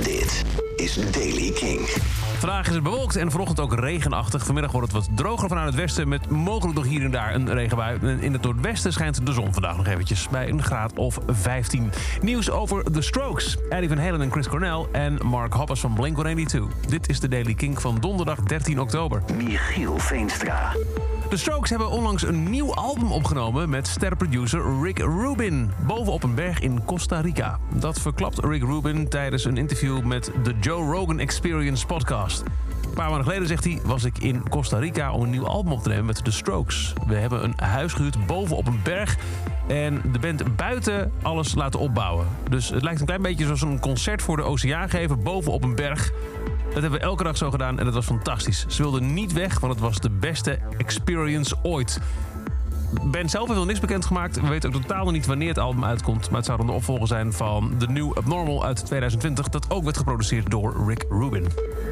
Dit is Daily King. Vandaag is het bewolkt en vanochtend ook regenachtig. Vanmiddag wordt het wat droger vanuit het westen met mogelijk nog hier en daar een regenbui. In het noordwesten schijnt de zon vandaag nog eventjes bij een graad of 15. Nieuws over The Strokes, Eddie Van Halen en Chris Cornell en Mark Hoppus van Blink-182. Dit is de Daily King van donderdag 13 oktober. Michiel Veenstra. De Strokes hebben onlangs een nieuw album opgenomen met sterrenproducer Rick Rubin bovenop een berg in Costa Rica. Dat verklapt Rick Rubin tijdens een interview met de Joe Rogan Experience podcast. Een paar maanden geleden, zegt hij, was ik in Costa Rica om een nieuw album op te nemen met de Strokes. We hebben een huis gehuurd bovenop een berg en de band buiten alles laten opbouwen. Dus het lijkt een klein beetje zoals een concert voor de oceaan geven bovenop een berg. Dat hebben we elke dag zo gedaan en dat was fantastisch. Ze wilden niet weg, want het was de beste experience ooit. De band zelf heeft nog niks bekendgemaakt. We weten ook totaal nog niet wanneer het album uitkomt. Maar het zou dan de opvolger zijn van The New Abnormal uit 2020... dat ook werd geproduceerd door Rick Rubin.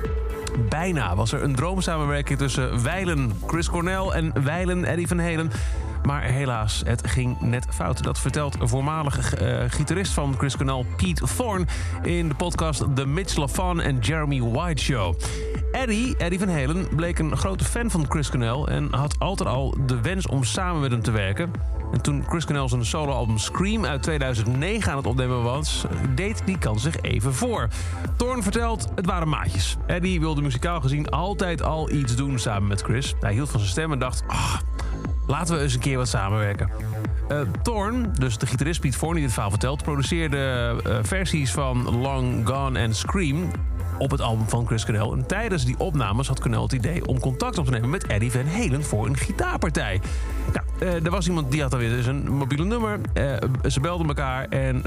Bijna was er een droomsamenwerking tussen wijlen Chris Cornell en wijlen Eddie Van Halen. Maar helaas, het ging net fout. Dat vertelt een voormalig gitarist van Chris Cornell, Pete Thorne, in de podcast The Mitch Lafon en Jeremy White Show. Eddie Van Halen bleek een grote fan van Chris Cornell en had altijd al de wens om samen met hem te werken. En toen Chris Cornell zijn soloalbum Scream uit 2009 aan het opnemen was, deed die kans zich even voor. Thorne vertelt, het waren maatjes. Eddie wilde muzikaal gezien altijd al iets doen samen met Chris. Hij hield van zijn stem en dacht, laten we eens een keer wat samenwerken. Thorne, dus de gitarist Pete Thorne die dit verhaal vertelt, produceerde versies van Long Gone en Scream op het album van Chris Cornell. En tijdens die opnames had Cornell het idee om contact op te nemen met Eddie Van Halen voor een gitaarpartij. Nou, er was iemand die had dan weer zijn mobiele nummer. Ze belden elkaar en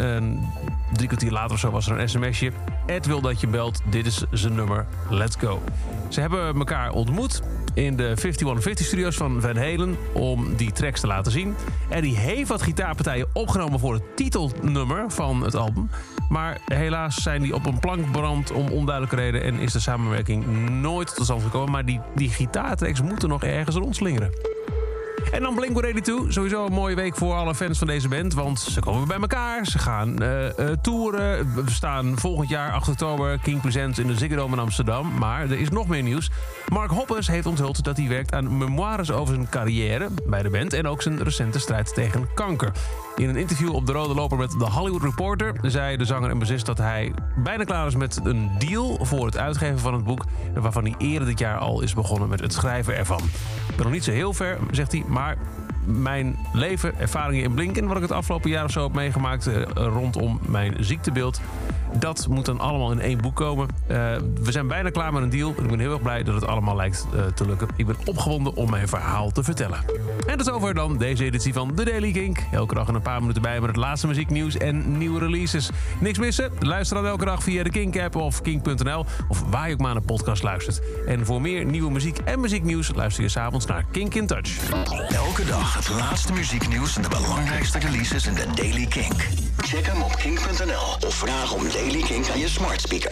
3 kwartier later of zo was er een sms'je. Ed wil dat je belt, dit is zijn nummer, let's go. Ze hebben elkaar ontmoet in de 5150 studios van Van Halen om die tracks te laten zien. Eddie heeft wat gitaarpartijen opgenomen voor het titelnummer van het album. Maar helaas zijn die op een plank beland om onduidelijke reden en is de samenwerking nooit tot stand gekomen. Maar die gitaartracks moeten nog ergens rondslingeren. En dan Blink-182. Sowieso een mooie week voor alle fans van deze band. Want ze komen bij elkaar. Ze gaan toeren. We staan volgend jaar, 8 oktober, King Presents in de Ziggo Dome in Amsterdam. Maar er is nog meer nieuws. Mark Hoppus heeft onthuld dat hij werkt aan memoires over zijn carrière bij de band. En ook zijn recente strijd tegen kanker. In een interview op de Rode Loper met The Hollywood Reporter zei de zanger en bassist dat hij bijna klaar is met een deal voor het uitgeven van het boek, waarvan hij eerder dit jaar al is begonnen met het schrijven ervan. Ik ben nog niet zo heel ver, zegt hij, maar mijn leven, ervaringen in Blink en wat ik het afgelopen jaar of zo heb meegemaakt rondom mijn ziektebeeld, dat moet dan allemaal in 1 boek komen. We zijn bijna klaar met een deal. En ik ben heel erg blij dat het allemaal lijkt te lukken. Ik ben opgewonden om mijn verhaal te vertellen. En tot zover dan deze editie van The Daily King. Elke dag een paar minuten bij met het laatste muzieknieuws en nieuwe releases. Niks missen? Luister dan elke dag via de Kink-app of kink.nl of waar je ook maar naar een podcast luistert. En voor meer nieuwe muziek en muzieknieuws luister je 's avonds naar Kink in Touch. Elke dag het laatste muzieknieuws en de belangrijkste releases in de Daily King. Check hem op kink.nl of vraag om Daily King aan je smart speaker.